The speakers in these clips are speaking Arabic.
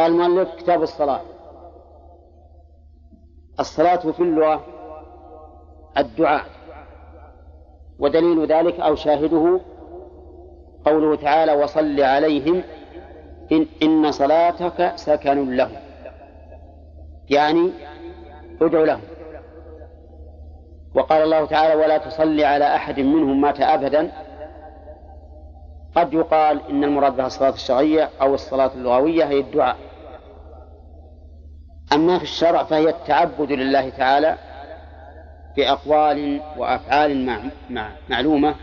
قال المؤلف كتاب الصلاة. الصلاة في اللغة الدعاء، ودليل ذلك أو شاهده قوله تعالى وصل عليهم إن صلاتك سكن لهم، يعني ادعو لهم. وقال الله تعالى ولا تصل على أحد منهم مات أبدا. قد يقال إن المراد بها الصلاة الشرعية أو الصلاة اللغوية هي الدعاء. أما في الشرع فهي التعبد لله تعالى بأقوال وأفعال معلومة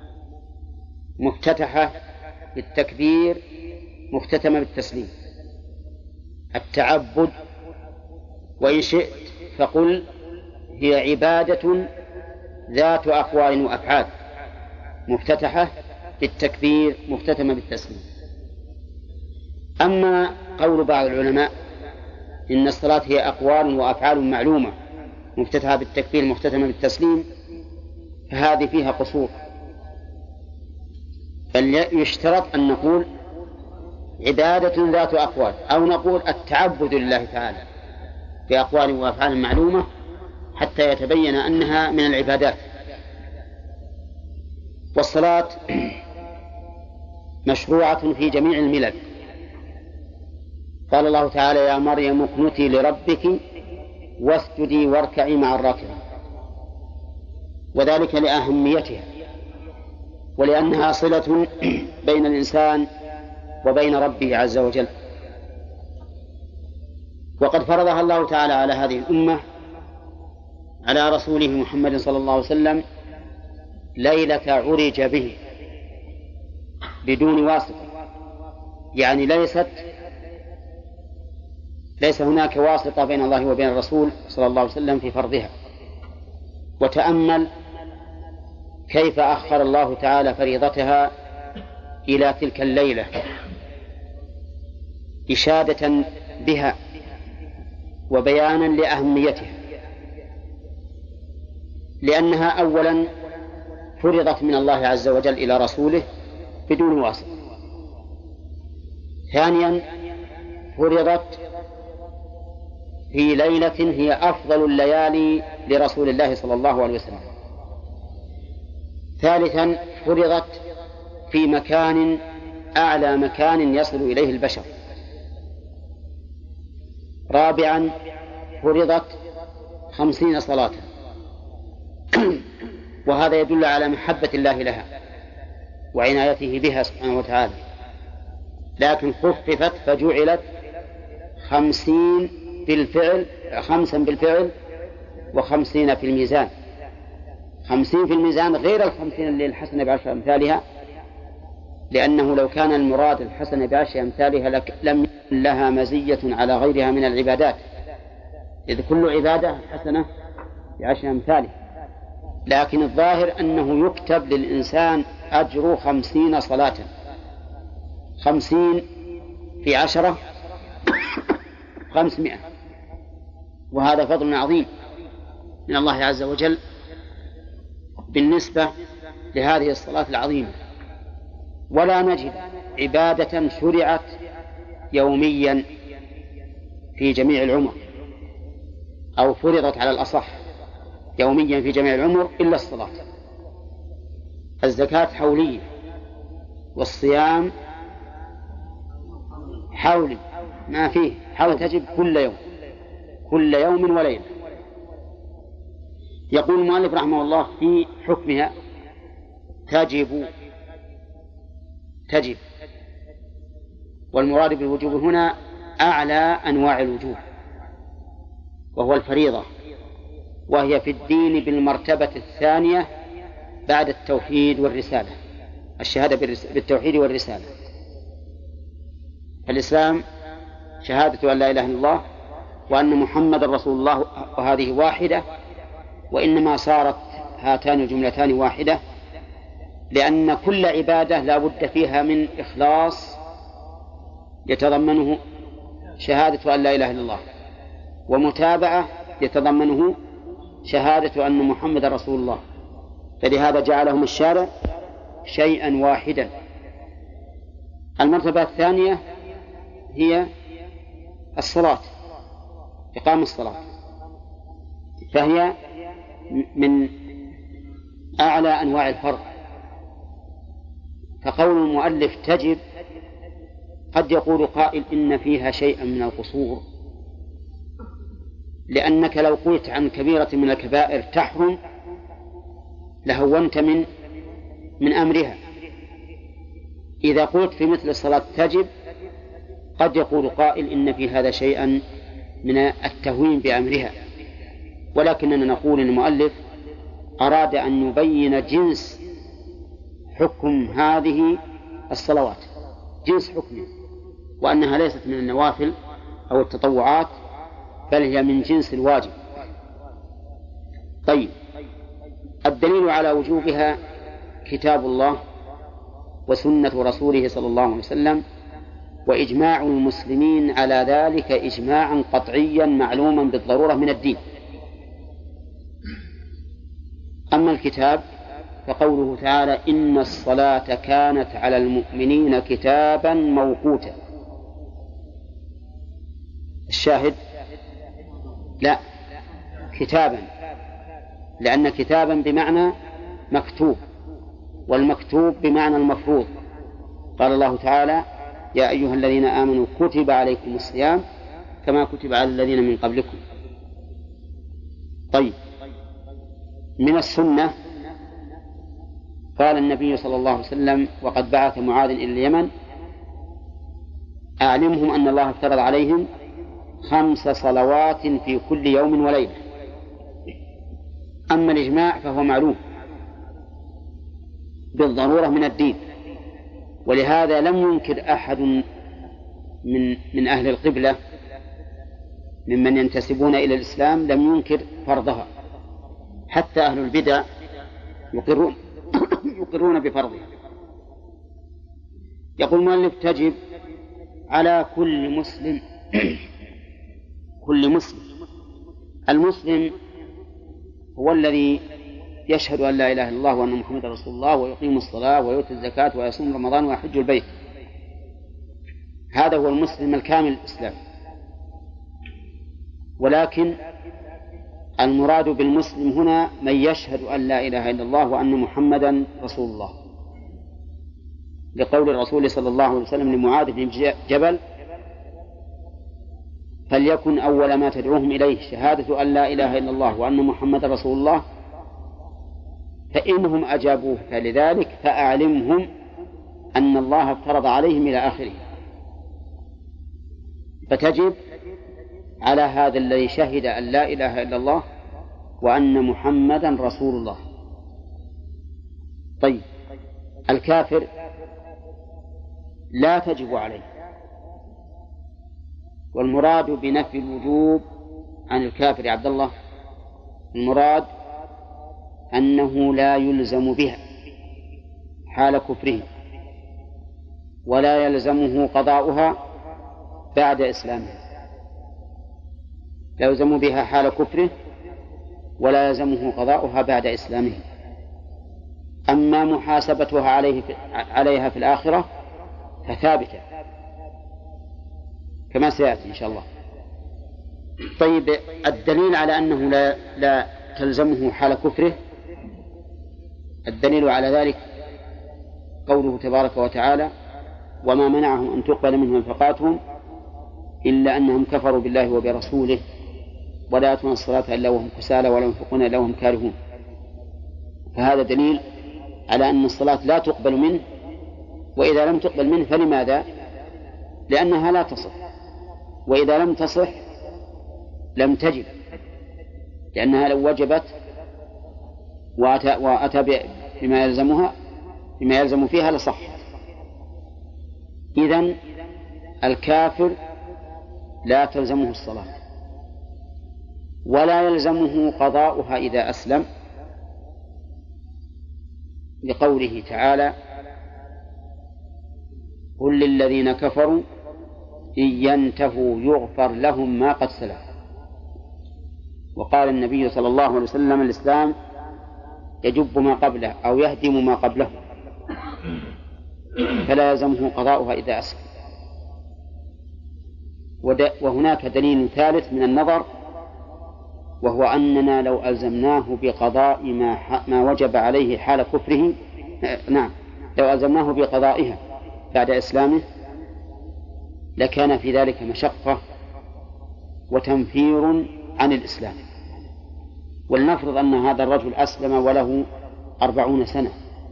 مفتتحة بالتكبير مختتمة بالتسليم. التعبد وإن شئت فقل هي عبادة ذات أقوال وأفعال مفتتحة بالتكبير مختتمة بالتسليم. أما قول بعض العلماء إن الصلاة هي أقوال وأفعال معلومة مفتتحة بالتكبير مختتمة بالتسليم فهذه فيها قصور، بل يشترط أن نقول عبادة ذات أقوال، أو نقول التعبد لله تعالى بأقوال وأفعال معلومة حتى يتبين أنها من العبادات. والصلاة مشروعة في جميع الملل. قال الله تعالى يا مريم اقنتي لربك واسجدي واركعي مع الراكعين، وذلك لأهميتها ولأنها صلة بين الإنسان وبين ربه عز وجل. وقد فرضها الله تعالى على هذه الأمة على رسوله محمد صلى الله عليه وسلم ليلة عرج به بدون واسطة، يعني ليس هناك واسطة بين الله وبين الرسول صلى الله عليه وسلم في فرضها. وتأمل كيف أخر الله تعالى فريضتها إلى تلك الليلة إشادة بها وبيانا لأهميتها، لأنها أولا فرضت من الله عز وجل إلى رسوله بدون واسطة. ثانيا فرضت في ليلة هي أفضل الليالي لرسول الله صلى الله عليه وسلم. ثالثا فرضت في مكان أعلى مكان يصل إليه البشر. رابعا فرضت 50 صلاة وهذا يدل على محبة الله لها وعنايته بها سبحانه وتعالى، لكن خففت فجعلت 50 بالفعل 5 بالفعل و50 في الميزان. 50 في الميزان غير 50 اللي الحسنة بعشر أمثالها، لأنه لو كان المراد الحسنة بعشر أمثالها لم يكن لها مزية على غيرها من العبادات، إذ كل عبادة حسنة بعشر أمثالها. لكن الظاهر أنه يكتب للإنسان أجر 50 صلاة. 50 في 10 500، وهذا فضل عظيم من الله عز وجل بالنسبة لهذه الصلاة العظيمة. ولا نجد عبادة شرعت يوميا في جميع العمر أو فرضت على الأصح يوميا في جميع العمر إلا الصلاة. الزكاة حولية، والصيام حولي ما فيه حول، تجب كل يوم وليلة. يقول المؤلف رحمه الله في حكمها تجب، والمراد بالوجوب هنا أعلى أنواع الوجوب وهو الفريضة، وهي في الدين بالمرتبة الثانية بعد التوحيد والرسالة، الشهادة بالتوحيد والرسالة. الإسلام شهادة أن لا إله إلا الله وأن محمد رسول الله، وهذه واحدة، وإنما صارت هاتان الجملتان واحدة لأن كل عبادة لا بد فيها من إخلاص يتضمنه شهادة أن لا إله إلا الله، ومتابعة يتضمنه شهادة أن محمد رسول الله، فلهذا جعلهم الشارع شيئا واحدا. المرتبة الثانية هي الصلاة، إقام الصلاة، فهي من أعلى أنواع الفرض. فقول المؤلف تجب قد يقول قائل إن فيها شيئا من القصور، لأنك لو قلت عن كبيرة من الكبائر تحرم لهونت من أمرها. إذا قلت في مثل الصلاة تجب قد يقول قائل إن في هذا شيئا من التهوين بأمرها، ولكننا نقول إن المؤلف أراد أن يبين جنس حكم هذه الصلوات، جنس حكمها، وأنها ليست من النوافل أو التطوعات بل هي من جنس الواجب. طيب، الدليل على وجوبها كتاب الله وسنة رسوله صلى الله عليه وسلم وإجماع المسلمين على ذلك إجماعا قطعيا معلوما بالضرورة من الدين. أما الكتاب فقوله تعالى إن الصلاة كانت على المؤمنين كتابا موقوتا، الشاهد لا، كتابا، لأن كتابا بمعنى مكتوب، والمكتوب بمعنى المفروض. قال الله تعالى يا أيها الذين آمنوا كتب عليكم الصيام كما كتب على الذين من قبلكم. طيب، من السنة قال النبي صلى الله عليه وسلم وقد بعث معاذ إلى اليمن أعلمهم أن الله افترض عليهم 5 صلوات في كل يوم وليلة. أما الإجماع فهو معلوم بالضرورة من الدين، ولهذا لم ينكر أحد من أهل القبلة ممن ينتسبون إلى الإسلام لم ينكر فرضها، حتى أهل البدع يقرون بفرضها. يقول المؤلف تجب على كل مسلم كل مسلم. المسلم هو الذي يشهد أن لا إله إلا الله وأن محمدا رسول الله ويقيم الصلاة ويؤتي الزكاة ويصوم رمضان ويحج البيت، هذا هو المسلم الكامل الإسلام. ولكن المراد بالمسلم هنا من يشهد أن لا إله إلا الله وأن محمدا رسول الله، لقول الرسول صلى الله عليه وسلم لمعاذ بن جبل فليكن أول ما تدعوهم إليه شهادة أن لا إله إلا الله وأن محمدا رسول الله، فإنهم أجابوه فلذلك فأعلمهم أن الله افترض عليهم إلى آخره. فتجب على هذا الذي شهد أن لا إله إلا الله وأن محمدا رسول الله. طيب، الكافر لا تجب عليه، والمراد بنفي الوجوب عن الكافر يا عبد الله المراد أنه لا يلزم بها حال كفره، ولا يلزمه قضاؤها بعد إسلامه، لا يلزم بها حال كفره ولا يلزمه قضاؤها بعد إسلامه. أما محاسبتها عليها في الآخرة فثابتة كما سيأتي إن شاء الله. طيب، الدليل على أنه لا تلزمه حال كفره، الدليل على ذلك قوله تبارك وتعالى وما منعهم أن تقبل منهم نفقاتهم إلا أنهم كفروا بالله وبرسوله ولا يأتون الصلاة إلا وهم كسالى ولا ينفقون إلا وهم كارهون. فهذا دليل على أن الصلاة لا تقبل منه، وإذا لم تقبل منه فلماذا؟ لأنها لا تصح، وإذا لم تصح لم تجب، لأنها لو وجبت وأتى بما يلزم فيها لصح. إذن الكافر لا تلزمه الصلاة ولا يلزمه قضاؤها إذا أسلم، لقوله تعالى قل للذين كفروا إن ينتهوا يغفر لهم ما قد سلف. وقال النبي صلى الله عليه وسلم الإسلام يجب ما قبله أو يهدم ما قبله، فلا يلزمه قضاؤها إذا أسلم. وهناك دليل ثالث من النظر، وهو أننا لو ألزمناه بقضاء ما وجب عليه حال كفره، نعم، لو ألزمناه بقضائها بعد إسلامه لكان في ذلك مشقة وتنفير عن الإسلام. ولنفرض أن هذا الرجل أسلم وله 40 سنة،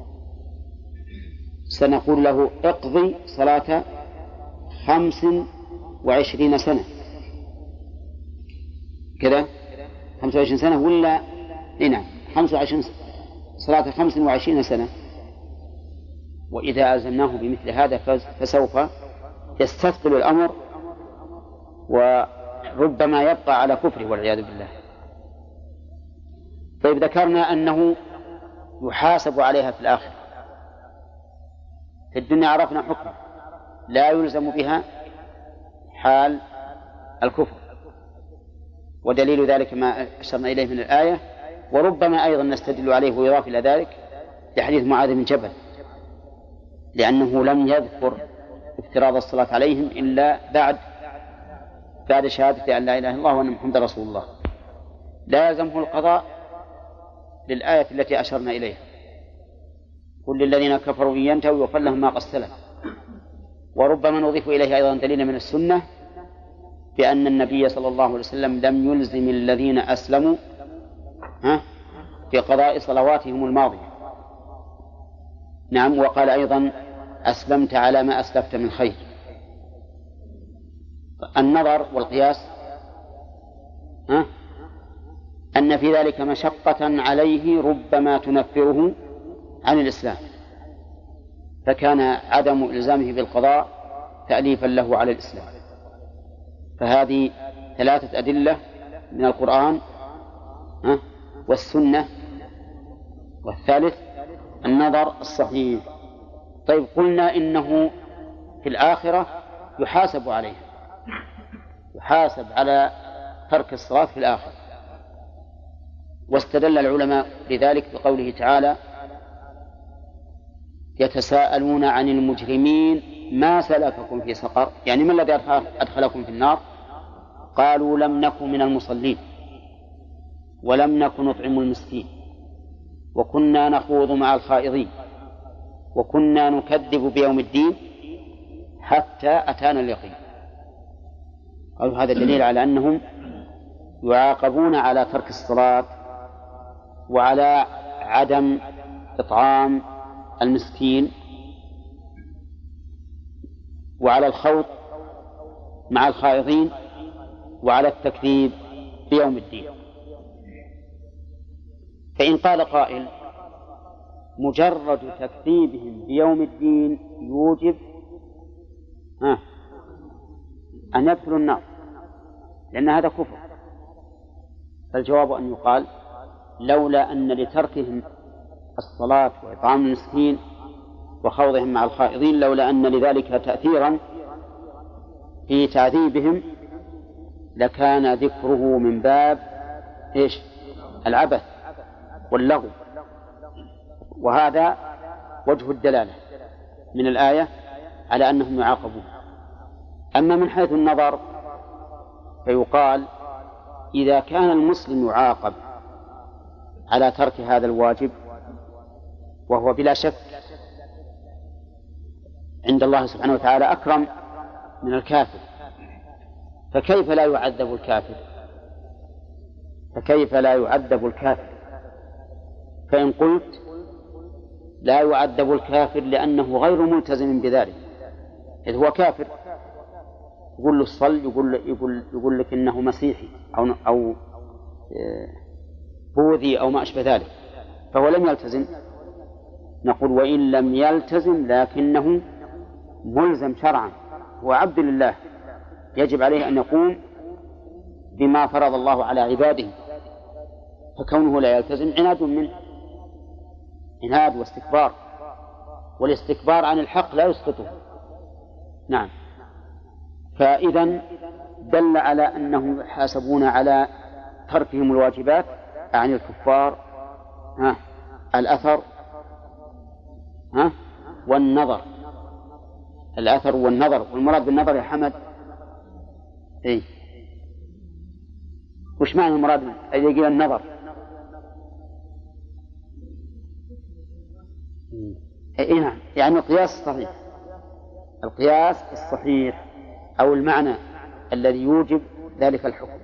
سنقول له اقضي صلاة 25 سنة كذا، 25 سنة ولا نعم 25 صلاة 25 سنة. وإذا ألزمناه بمثل هذا فسوف يستثقل الأمر وربما يبقى على كفره والعياذ بالله. طيب، ذكرنا أنه يحاسب عليها في الآخرة. في الدنيا عرفنا حكم لا يلزم بها حال الكفر، ودليل ذلك ما أشرنا إليه من الآية، وربما أيضا نستدل عليه ويضاف إلى ذلك لحديث معاذ بن جبل، لأنه لم يذكر افتراض الصلاة عليهم إلا بعد شهادة أن لا إله إلا الله وأن محمد رسول الله. لا يلزمه القضاء للآية التي أشرنا إليها، قل للذين كفروا إن ينتهوا يغفر لهم ما قد سلف. وربما نضيف إليه أيضا دليل من السنة بأن النبي صلى الله عليه وسلم لم يلزم الذين أسلموا في قضاء صلواتهم الماضية. نعم، وقال أيضا أسلمت على ما أسلفت من خير. النظر والقياس أن في ذلك مشقة عليه ربما تنفره عن الإسلام، فكان عدم إلزامه بالقضاء تأليفا له على الإسلام. فهذه 3 أدلة من القرآن والسنة، والثالث النظر الصحيح. طيب، قلنا إنه في الآخرة يحاسب عليه، يحاسب على ترك الصلاة في الآخرة. واستدل العلماء لذلك بقوله تعالى يتساءلون عن المجرمين ما سلككم في سقر، يعني ما الذي أدخلكم في النار؟ قالوا لم نكن من المصلين ولم نكن نطعم المسكين وكنا نخوض مع الخائضين وكنا نكذب بيوم الدين حتى أتانا اليقين. قالوا هذا دليل على أنهم يعاقبون على ترك الصلاة وعلى عدم إطعام المسكين وعلى الخوض مع الخائضين وعلى التكذيب بيوم الدين. فإن قال قائل مجرد تكذيبهم بيوم الدين يوجب أن يدخلوا النار لأن هذا كفر، فالجواب أن يقال لولا أن لتركهم الصلاة وإطعام المسكين وخوضهم مع الخائضين لولا أن لذلك تأثيرا في تعذيبهم لكان ذكره من باب العبث واللغو. وهذا وجه الدلالة من الآية على أنهم يعاقبون. أما من حيث النظر فيقال إذا كان المسلم يعاقب على ترك هذا الواجب وهو بلا شك عند الله سبحانه وتعالى أكرم من الكافر، فكيف لا يعذب الكافر؟ فكيف لا يعذب الكافر؟ فإن قلت لا يعذب الكافر لأنه غير ملتزم بذلك، إذ هو كافر، يقول له الصل، يقول لك إنه مسيحي أو بوذي أو ما أشبه ذلك، فهو لم يلتزم. نقول وإن لم يلتزم لكنه ملزم شرعا، هو عبد لله، يجب عليه أن يقوم بما فرض الله على عباده، فكونه لا يلتزم عناد منه، عناد واستكبار، والاستكبار عن الحق لا يسقطه. نعم، فإذا دل على أنهم يحاسبون على تركهم الواجبات عن الكفار الأثر والنظر. الأثر والنظر، والمراد بالنظر يا حمد إيه؟ وش معنى المراد أن يقيل النظر؟ إيه نعم، يعني القياس الصحيح، القياس الصحيح أو المعنى الذي يوجب ذلك الحكم.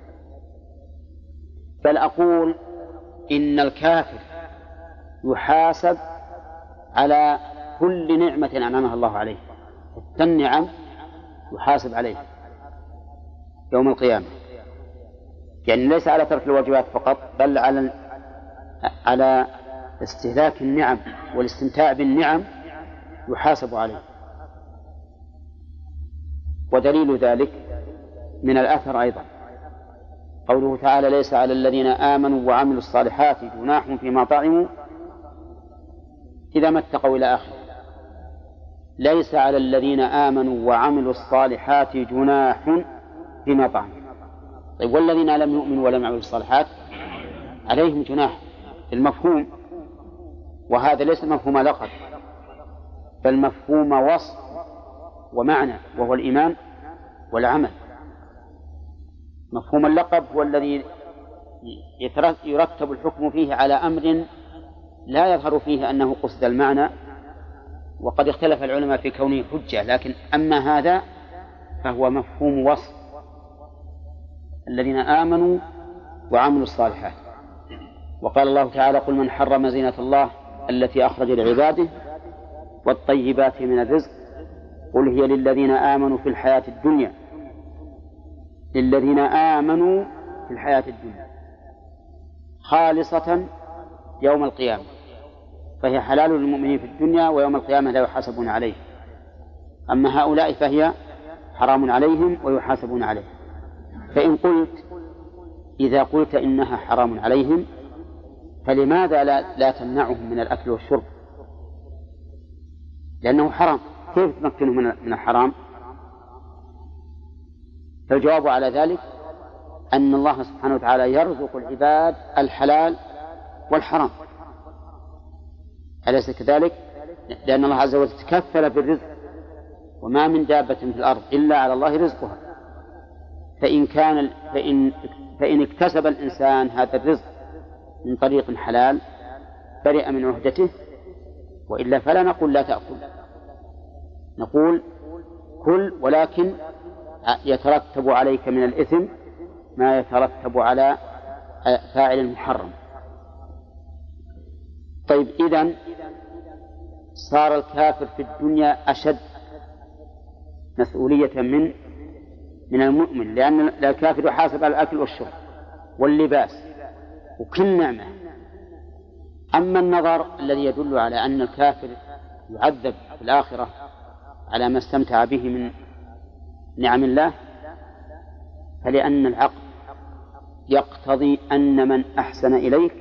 بل أقول إن الكافر يحاسب على كل نعمة أنعمها الله عليه، النعم يحاسب عليه يوم القيامة، يعني ليس على ترك الواجبات فقط، بل على استهلاك النعم والاستمتاع بالنعم يحاسب عليه. ودليل ذلك من الأثر أيضا قوله تعالى: ليس على الذين آمنوا وعملوا الصالحات جناح فيما طعموا إذا ما اتقوا إلى آخره. ليس على الذين آمنوا وعملوا الصالحات جناح فيما طعموا. طيب والذين لم يؤمنوا ولم يعملوا الصالحات عليهم جناح في المفهوم، وهذا ليس مفهوم لقب بل مفهوم وصف ومعنى، وهو الإيمان والعمل. مفهوم اللقب هو الذي يرتب الحكم فيه على أمر لا يظهر فيه أنه قصد المعنى، وقد اختلف العلماء في كونه حجة، لكن أما هذا فهو مفهوم وصف: الذين آمنوا وعملوا الصالحات. وقال الله تعالى: قل من حرم زينة الله التي أخرج لعباده والطيبات من الرزق قل هي للذين آمنوا في الحياة الدنيا، للذين آمنوا في الحياة الدنيا خالصة يوم القيامة، فهي حلال للمؤمنين في الدنيا ويوم القيامة لا يحاسبون عليه. أما هؤلاء فهي حرام عليهم ويحاسبون عليه. فإن قلت إذا قلت إنها حرام عليهم فلماذا لا تمنعهم من الأكل والشرب؟ لأنه حرام، كيف تمكنهم من الحرام؟ فالجواب على ذلك أن الله سبحانه وتعالى يرزق العباد الحلال والحرام، أليس كذلك؟ لأن الله عز وجل تكفل بالرزق، وما من دابة في الأرض إلا على الله رزقها. فإن اكتسب الإنسان هذا الرزق من طريق حلال برئ من عهدته، وإلا فلا نقول لا تأكل، نقول كل، ولكن يترتب عليك من الإثم ما يترتب على فاعل المحرم. طيب إذن صار الكافر في الدنيا أشد مسؤولية من المؤمن، لأن الكافر يحاسب على الأكل والشرب واللباس وكل نعمة. أما النظر الذي يدل على أن الكافر يعذب في الآخرة على ما استمتع به من نعم الله، فلأن العقل يقتضي أن من أحسن إليك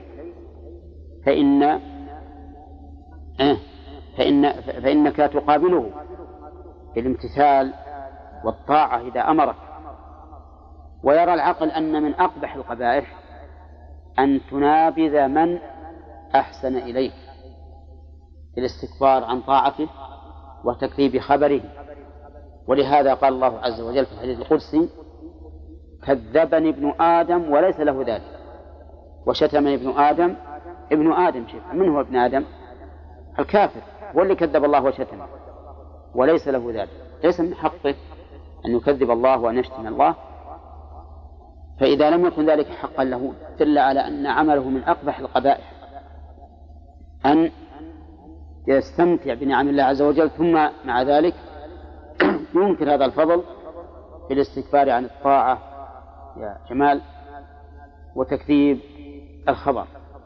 فإنك تقابله بالامتثال والطاعة إذا أمرك. ويرى العقل أن من أقبح القبائح أن تنابذ من أحسن إليك الاستكبار عن طاعته وتكذيب خبره. ولهذا قال الله عز وجل في الحديث القدسي: كذبني ابن آدم وليس له ذلك، وشتمني ابن آدم شيء. من هو ابن آدم؟ الكافر هو اللي كذب الله وشتمه وليس له ذلك. ليس من حقه أن يكذب الله وأن يشتم الله، فإذا لم يكن ذلك حقا له دل على أن عمله من أقبح القبائح أن يستمتع بنعم الله عز وجل، ثم مع ذلك ينكر هذا الفضل بالاستكبار عن الطاعة يا جمال وتكذيب الخبر.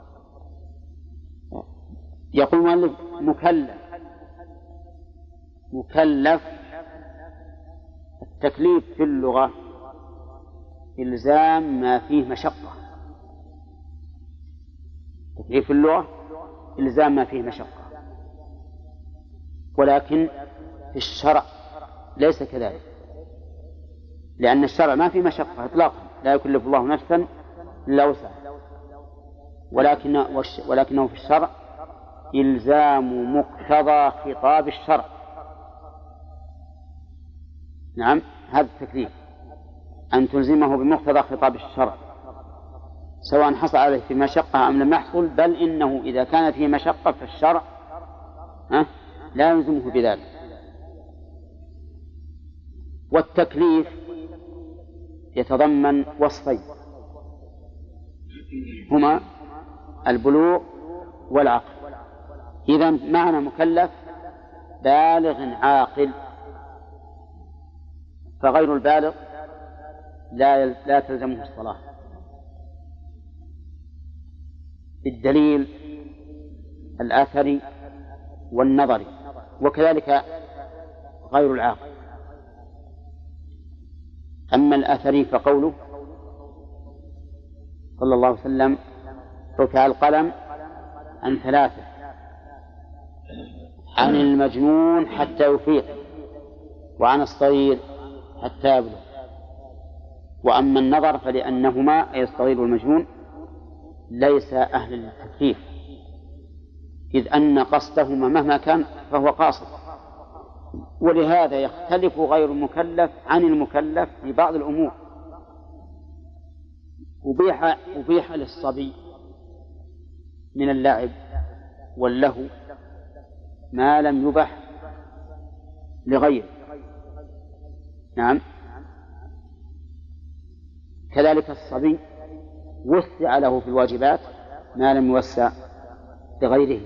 يقول المؤلف: مكلف. التكليف في اللغة إلزام ما فيه مشقة. تكليف في اللغة إلزام ما فيه مشقة، ولكن في الشرع ليس كذلك، لأن الشرع ما فيه مشقة إطلاقا، لا يكلف الله نفسا إلا وسعها، ولكنه في الشرع إلزام مقتضى خطاب الشرع. نعم، هذا التكليف أن تلزمه بمقتضى خطاب الشرع سواء حصل عليه في مشقة أم لم يحصل، بل إنه إذا كان فيه مشقة فالشرع لا يلزمه بذلك. والتكليف يتضمن وصفين هما البلوغ والعقل. إذن معنى مكلف بالغ عاقل، فغير البالغ لا تلزمه الصلاة بالدليل الآثري والنظري، وكذلك غير العاقل. أما الآثري فقوله صلى الله عليه وسلم: رفع القلم عن 3، عن المجنون حتى يفيق، وعن الصغير حتى يبلغ. وأما النظر فلأنهما أي الصغير والمجنون ليس أهل للتكليف، إذ أن قصدهما مهما كان فهو قاصد، ولهذا يختلف غير المكلف عن المكلف في بعض الأمور. أبيح للصبي من اللعب واللهو ما لم يبح لغيره. نعم، كذلك الصبي وسع له في الواجبات ما لم يوسع لغيره،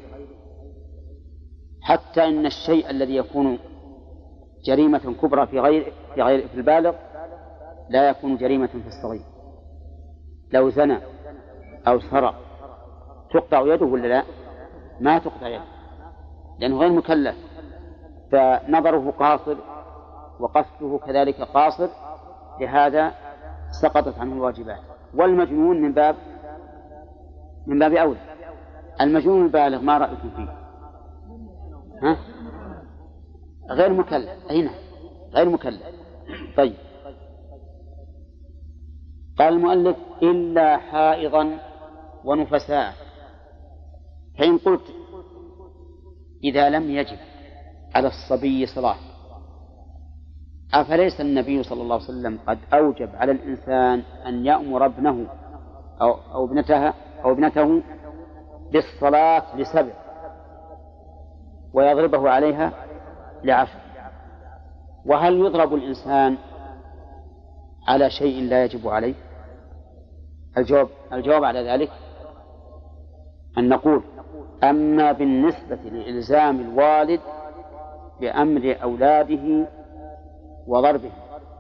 حتى إن الشيء الذي يكون جريمة كبرى في البالغ لا يكون جريمة في الصغير. لو زنى أو سرق تقطع يده ولا لا؟ ما تقطع يده لأنه غير مكلف، فنظره قاصر وقصده كذلك قاصر، لهذا سقطت عنه الواجبات. والمجنون من باب أولى. المجنون البالغ ما رأيكم فيه؟ غير مكلف. أين غير مكلف؟ طيب، قال المؤلف: إلا حائضا ونفساء. فإن قلت إذا لم يجب على الصبي صلاة، أفليس النبي صلى الله عليه وسلم قد أوجب على الإنسان أن يأمر ابنه أو ابنته بالصلاة ل7 ويضربه عليها ل10؟ وهل يضرب الإنسان على شيء لا يجب عليه؟ الجواب على ذلك أن نقول: أما بالنسبة لإلزام الوالد بأمر أولاده وضربه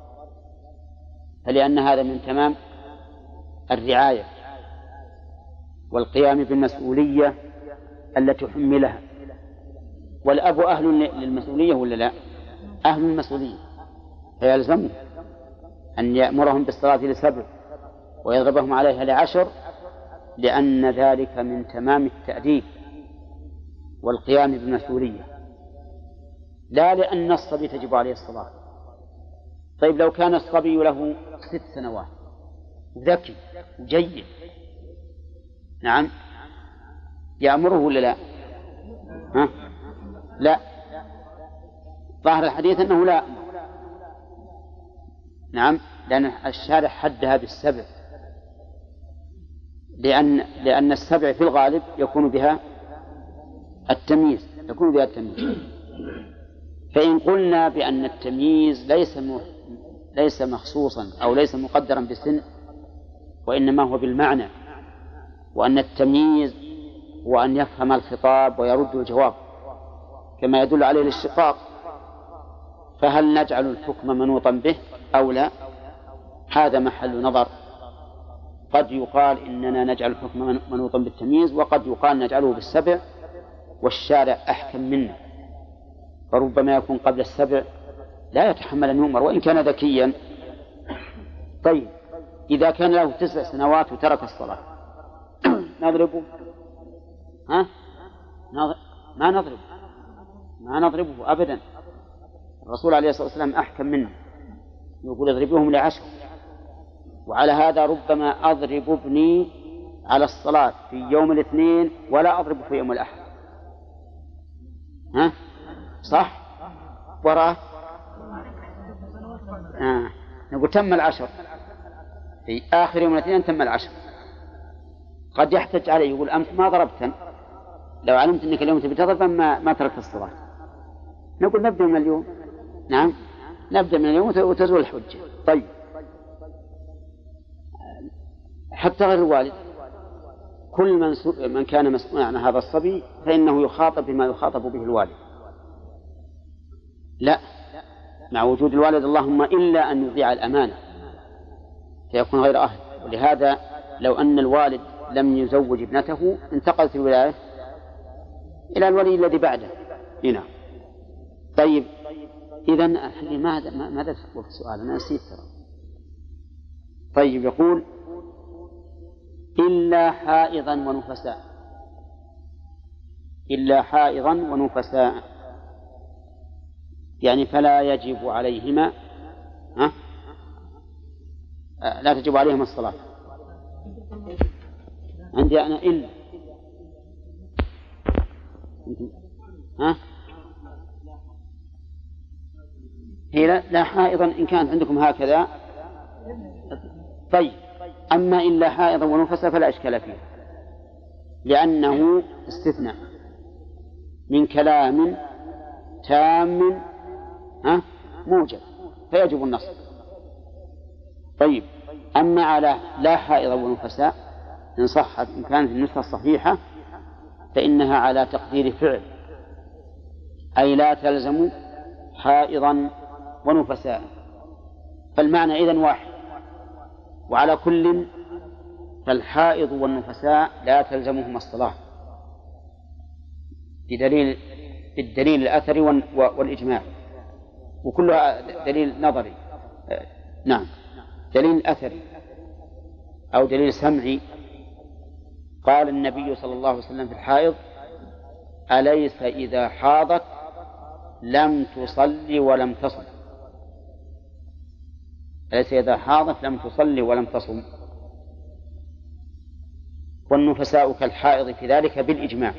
فلأن هذا من تمام الرعاية والقيام بالمسؤولية التي حملها. والأب أهل للمسؤولية ولا لا؟ أهل المسؤولية، فيلزمه أن يأمرهم بالصلاة ل7 ويضربهم عليها ل10، لأن ذلك من تمام التأديب والقيام بالمسؤولية، لا لأن الصبي تجب عليه الصلاة. طيب، لو كان الصبي له 6 سنوات ذكي وجيد، نعم، يأمره ولا لا؟ لا، ظاهر الحديث أنه لا. نعم، لأن الشارع حدها بال7، لأن 7 في الغالب يكون بها التمييز. فإن قلنا بأن التمييز ليس مخصوصا أو ليس مقدرا بسن، وإنما هو بالمعنى، وأن التمييز هو أن يفهم الخطاب ويرد الجواب كما يدل عليه الاشتقاق، فهل نجعل الحكم منوطا به أو لا؟ هذا محل نظر. قد يقال إننا نجعل الحكم منوطا بالتمييز، وقد يقال نجعله بال7 والشارع أحكم منه، فربما يكون قبل 7 لا يتحمل أن يؤمر وإن كان ذكيا. طيب، إذا كان له 9 سنوات وترك الصلاة نضربه؟ ما نضربه أبدا. الرسول عليه الصلاة والسلام أحكم منه، يقول: اضربوهم ل10. وعلى هذا ربما أضرب ابني على الصلاة في يوم الاثنين ولا أضربه في يوم الأحد. صح؟ وراه نقول تم 10 في آخر يوم الاثنين تم العشر. قد يحتج عليه يقول أمس ما ضربتن، لو علمت أنك اليوم تبي تضرب ما تركت الصلاة. نقول نبدأ من اليوم. نعم نبدأ من اليوم وتزول الحجة. طيب حتى غير الوالد، كل من كان مسؤولا عن هذا الصبي فإنه يخاطب بما يخاطب به الوالد. لا، مع وجود الوالد اللهم إلا أن يضيع الأمانة فيكون غير أهل. ولهذا لو أن الوالد لم يزوج ابنته انتقلت الولاية إلى الولي الذي بعده هنا. طيب إذن ماذا تقول في السؤال؟ أنا نسيت. طيب يقول إلا حائضا ونفساء. إلا حائضا ونفساء يعني فلا يجب عليهما لا تجب عليهما الصلاة. عندي أنا إلا هي لا حائضا إن كانت عندكم هكذا. طيب أما إلا حائضا ونفسا فلا إشكال فيه، لأنه استثناء من كلام تام موجب فيجب النصب. طيب أما على لا حائضا ونفساء إن صحت، إن كانت النسخة الصحيحة فإنها على تقدير فعل، أي لا تلزم حائضا ونفساء، فالمعنى إذن واحد. وعلى كل فالحائض والنفساء لا تلزمهما الصلاة بالدليل الأثري والإجماع، وكلها دليل نظري. نعم دليل أثري أو دليل سمعي. قال النبي صلى الله عليه وسلم في الحائض: أليس إذا حاضت لم تصلي ولم تصم؟ أليس إذا حاضت لم تصلي ولم تصم؟ والنفساء كالحائض في ذلك بالإجماع.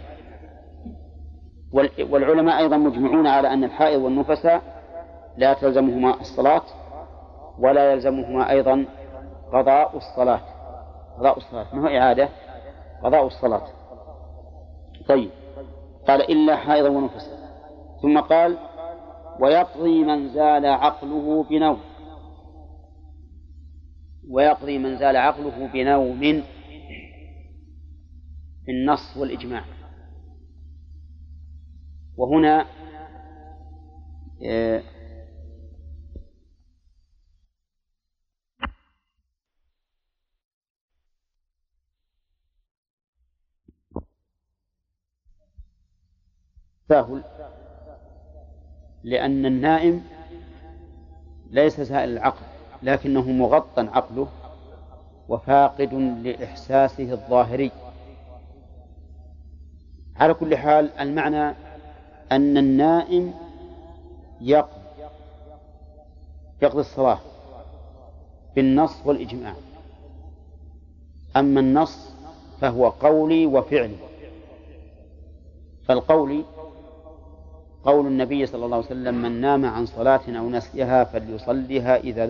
والعلماء أيضا مجمعون على أن الحائض والنفساء لا تلزمهما الصلاة ولا يلزمهما أيضا قضاء الصلاة. قضاء الصلاة ما هو إعادة، قضاء الصلاة. طيب قال إلا حائض ونفساء، ثم قال: ويقضي من زال عقله بنوم. ويقضي من زال عقله بنوم في النص والإجماع. وهنا سهل، لأن النائم ليس زائل العقل لكنه مغطى عقله وفاقد لإحساسه الظاهري. على كل حال المعنى أن النائم يقضي الصلاة بالنص والإجماع. أما النص فهو قولي وفعلي. فالقولي قول النبي صلى الله عليه وسلم: من نام عن صلاة أو نسيها فليصليها إذا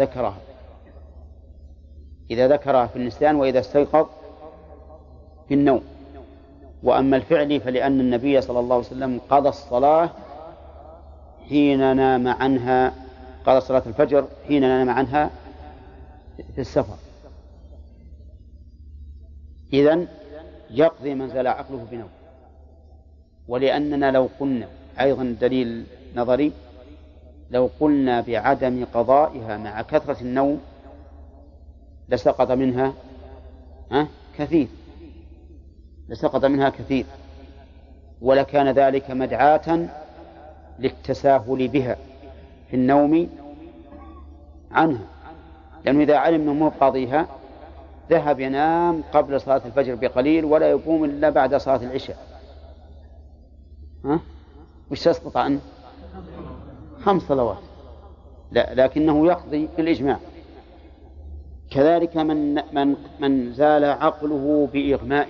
ذكرها في النسيان وإذا استيقظ في النوم. وأما الفعل فلأن النبي صلى الله عليه وسلم قضى الصلاة حين نام عنها، قضى صلاة الفجر حين نام عنها في السفر. إذن يقضي من زال عقله بنوم. ولأننا لو قلنا أيضا دليل نظري، لو قلنا بعدم قضائها مع كثرة النوم لسقط منها كثير، ولكان ذلك مدعاة للتساهل بها في النوم عنها، لأنه إذا علم أنه مو قاضيها ذهب ينام قبل صلاة الفجر بقليل ولا يقوم إلا بعد صلاة العشاء. وش تسقط عنه؟ 5 صلوات. لا، لكنه يقضي بالإجماع. كذلك من زال عقله بإغماء.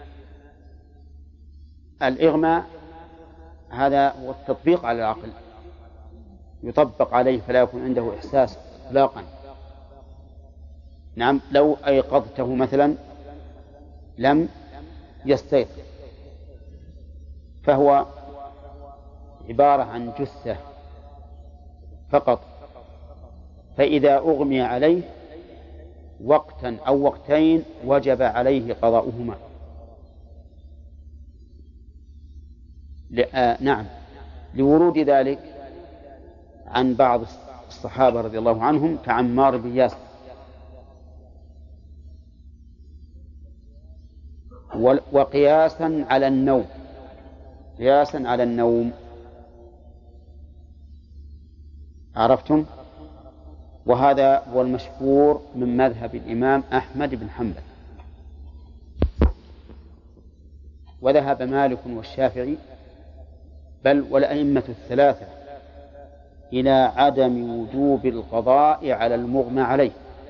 الإغماء هذا هو التطبيق على العقل، يطبق عليه فلا يكون عنده إحساس إطلاقا. نعم لو أيقظته مثلا لم يستيقظ، فهو عبارة عن جثة فقط، فإذا أغمي عليه وقتا أو وقتين وجب عليه قضاؤهما. نعم، لورود ذلك عن بعض الصحابة رضي الله عنهم كعمار بن ياسر. وقياسا على النوم، قياسا على النوم، عرفتم؟ وهذا هو المشهور من مذهب الإمام أحمد بن حنبل. وذهب مالك والشافعي بل والأئمة الثلاثة إلى عدم وجوب القضاء على المغمى عليه،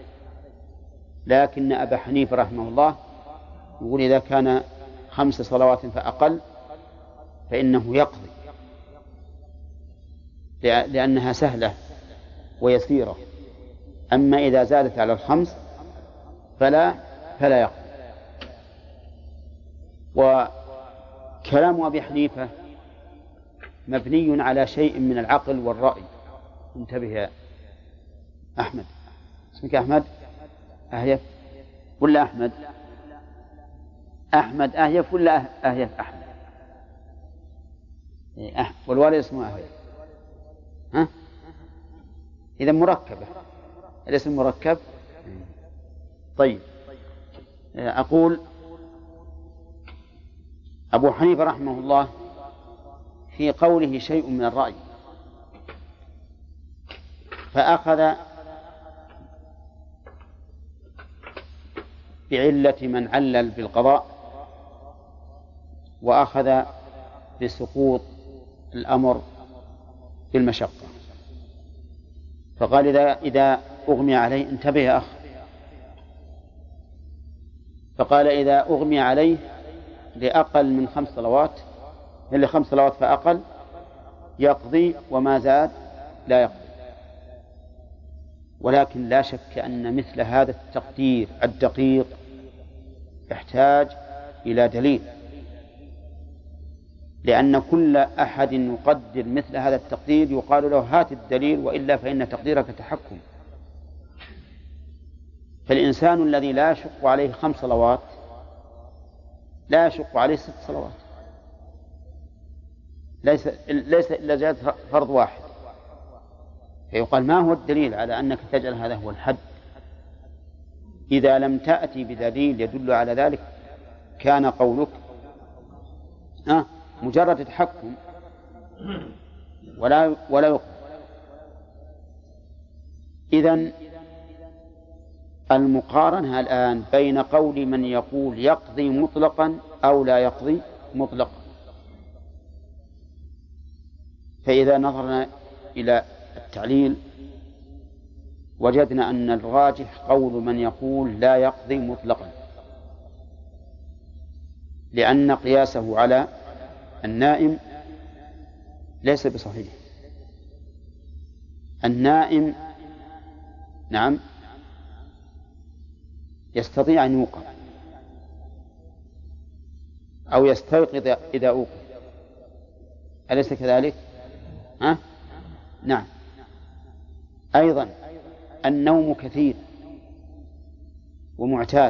لكن أبا حنيفة رحمه الله يقول إذا كان 5 صلوات فأقل فإنه يقضي، لأنها سهلة ويسيرة، أما إذا زادت على 5 فلا يقضي. وكلام أبي حنيفة مبني على شيء من العقل والرأي. انتبه يا أحمد، اسمك أحمد أهيف ولا أحمد؟ أحمد أهيف ولا أهيف أحمد؟ والوالد اسمه أهيف، ها؟ إذا مركبة، الاسم مركب. طيب، أقول أبو حنيفة رحمه الله في قوله شيء من الرأي، فأخذ بعلة من علل بالقضاء، وأخذ بسقوط الأمر بالمشقة، فقال إذا أغمي عليه، انتبه يا أخ، فقال إذا أغمي عليه لأقل من 5 صلوات، اللي 5 صلوات فأقل يقضي، وما زاد لا يقضي. ولكن لا شك أن مثل هذا التقدير الدقيق يحتاج إلى دليل، لأن كل أحد يقدر مثل هذا التقدير يقال له هات الدليل، وإلا فإن تقديرك تحكم. فالإنسان الذي لا يشق عليه 5 صلوات لا يشق عليه 6 صلوات، ليس إلا زيادة فرض واحد، فيقال ما هو الدليل على أنك تجعل هذا هو الحد؟ إذا لم تأتي بدليل يدل على ذلك كان قولك مجرد تحكم ولا يقبل. إذن المقارنة الآن بين قول من يقول يقضي مطلقا أو لا يقضي مطلقا. فإذا نظرنا إلى التعليل وجدنا أن الراجح قول من يقول لا يقضي مطلقا، لأن قياسه على النائم ليس بصحيح. النائم نعم يستطيع أن يوقظ أو يستيقظ إذا أوقظ، أليس كذلك؟ نعم. أيضا النوم كثير ومعتاد،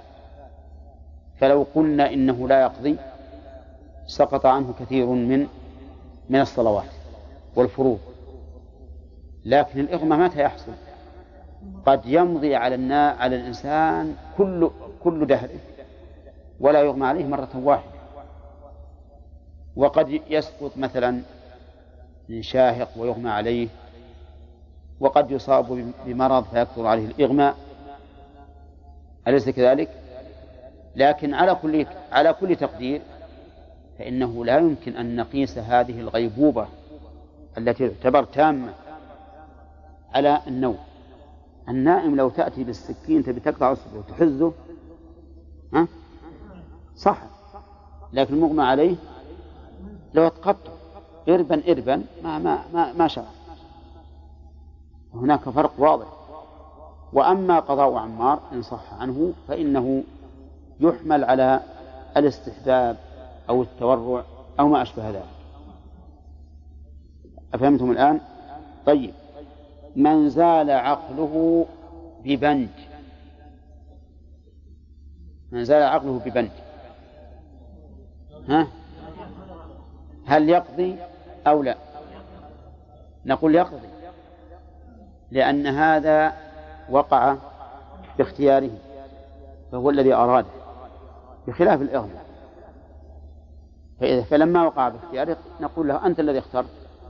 فلو قلنا إنه لا يقضي سقط عنه كثير من الصلوات والفروض. لكن الإغمى متى يحصل؟ قد يمضي على الإنسان كل دهره ولا يغمى عليه مرة واحدة، وقد يسقط مثلا من شاهق ويغمى عليه، وقد يصاب بمرض فيكثر عليه الإغماء، أليس كذلك؟ لكن على كل تقدير فإنه لا يمكن أن نقيس هذه الغيبوبة التي تعتبر تامة على النوم. النائم لو تأتي بالسكين تبي تقطع أصبعه وتحزه صح، لكن المغمى عليه لو تقطع إربا ما شاء. هناك فرق واضح. وأما قضاء عمار إن صح عنه فإنه يحمل على الاستحباب أو التورع أو ما أشبه ذلك. أفهمتم الآن؟ طيب، من زال عقله ببنج، من زال عقله ببنج هل يقضي أو لا؟ نقول يقضي، لأن هذا وقع باختياره فهو الذي أراده، بخلاف الإغماء. فلما وقع باختياره نقول له أنت الذي اخترت.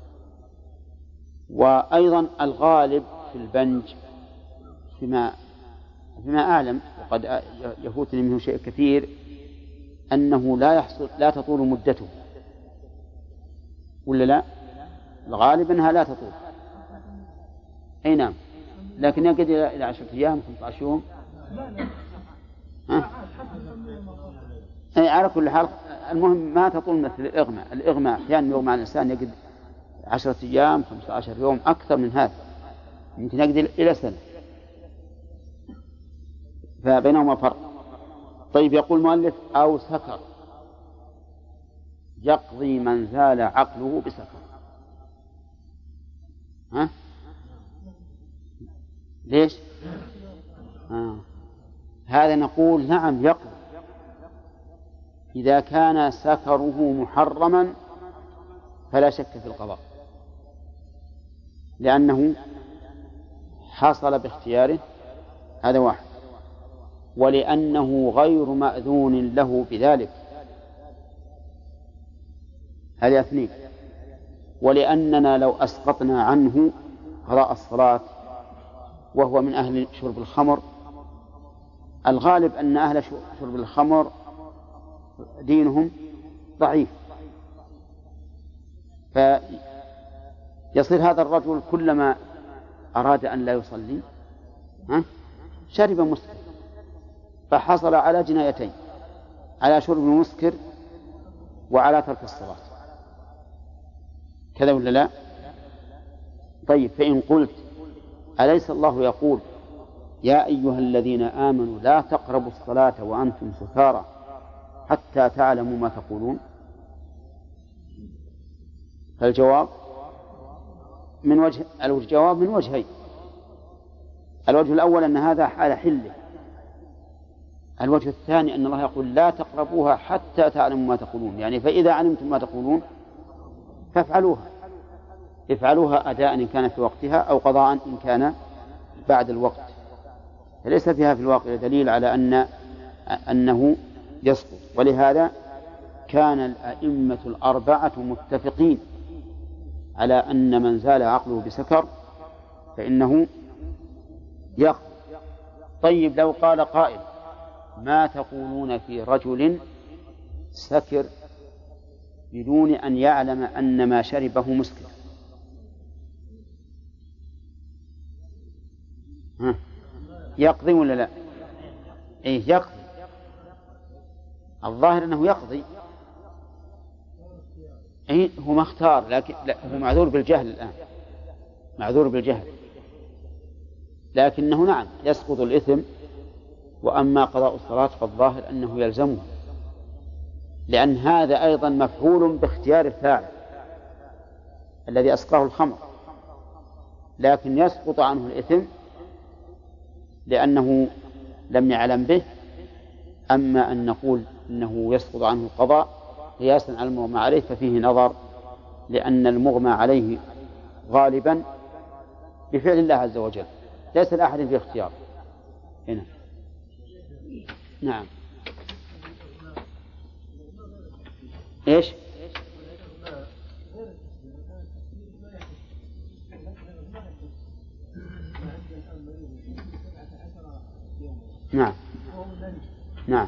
وأيضا الغالب في البنج فيما أعلم، وقد يفوتني منه شيء كثير، أنه لا تطول مدته، ولا لا؟ الغالب أنها لا تطول. أي نعم، لكن يقعد إلى 10 أيام 15 يوم. على كل حال المهم ما تطول مثل الإغماء. الإغماء أحيانا يغمى على الإنسان يقعد 10 أيام 15 يوم، أكثر من هذا يمكن يقعد إلى سنة، فبينهما فرق. طيب، يقول المؤلف أو سكر، يقضي من زال عقله بسكر. ليش؟ هذا نقول نعم يقضي إذا كان سكره محرما فلا شك في القضاء، لأنه حصل باختياره، هذا واحد، ولأنه غير مأذون له بذلك، هذا اثنين، ولأننا لو أسقطنا عنه قضاء الصلاة وهو من أهل شرب الخمر، الغالب أن أهل شرب الخمر دينهم ضعيف، فيصير هذا الرجل كلما أراد أن لا يصلي شرب مسكر، فحصل على جنايتين، على شرب مسكر وعلى ترك الصلاة، كذا ولا لا؟ طيب، فإن قلت أليس الله يقول يا أيها الذين آمنوا لا تقربوا الصلاة وأنتم سكارى حتى تعلموا ما تقولون؟ فالجواب الجواب من وجهين. الوجه الأول أن هذا حال حله، الوجه الثاني أن الله يقول لا تقربوها حتى تعلموا ما تقولون، يعني فإذا علمتم ما تقولون فافعلوها، افعلوها أداء إن كان في وقتها أو قضاء إن كان بعد الوقت. فليس فيها في الواقع دليل على أنه يسقط. ولهذا كان الأئمة الأربعة متفقين على أن من زال عقله بسكر فإنه يقضي. طيب، لو قال قائل ما تقولون في رجل سكر بدون أن يعلم أن ما شربه مسكر؟ يقضي ولا لا؟ إيه، يقضي. الظاهر أنه يقضي، إيه، هو ما اختار، لكن هو معذور بالجهل الآن، معذور بالجهل، لكنه نعم يسقط الإثم. وأما قضاء الصلاة فالظاهر أنه يلزمه، لأن هذا أيضا مفعول باختيار الفاعل الذي أسقاه الخمر، لكن يسقط عنه الإثم لأنه لم يعلم به. أما أن نقول إنه يسقط عنه القضاء قياسا على المغمى عليه ففيه نظر، لأن المغمى عليه غالبا بفعل الله عز وجل، ليس لأحد في اختيار هنا. نعم. إيش؟ نعم نعم.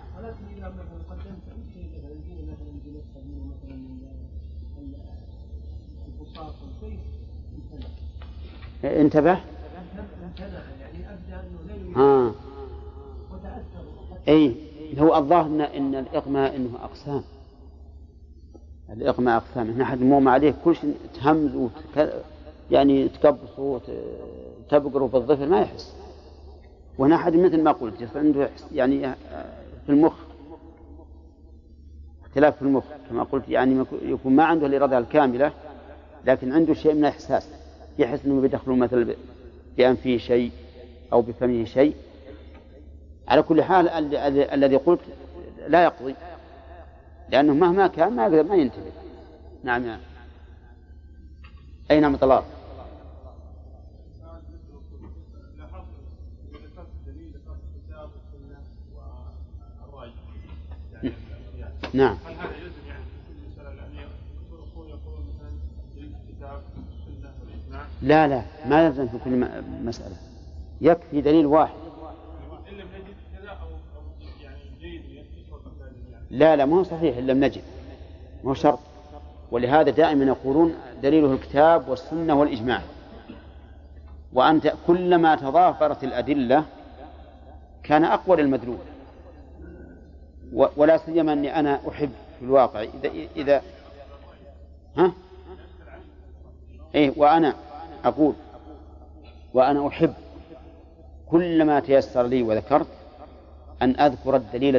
انتبه. أي هو الظاهر إن الإغماء إنه أقسام، الإغماء أقسام، إن أحد المغمى عليه كل شيء تهمز يعني تكبص وتبقر بالظفر ما يحس، وهنا أحد مثل ما قلت عنده يعني في المخ اختلاف في المخ كما قلت، يعني يكون ما عنده الإرادة الكاملة لكن عنده شيء من الإحساس، يحس أنه بيدخل مثلا بأنفه شيء أو بفمه شيء. على كل حال الذي قلت لا يقضي، لأنه مهما كان ما ينتبه. نعم يعني. أي نعم طلاب. نعم. هل هذا يلزم يعني في كل مسألة لأن الأصول يقولون مثلا الكتاب والسنة والإجماع؟ لا ما يلزم في كل مسألة، يكفي دليل واحد. إن لم نجد كذا أو يعني جيد يتصل يعني. لا ما هو صحيح إن لم نجد، ما هو شرط. ولهذا دائما يقولون دليله الكتاب والسنة والإجماع. وأنت كلما تضافرت الأدلة كان أقوى المدلول. ولا سيما أني أنا أحب في الواقع إذا وأنا أقول وأنا أحب كلما تيسر لي وذكرت أن أذكر الدليل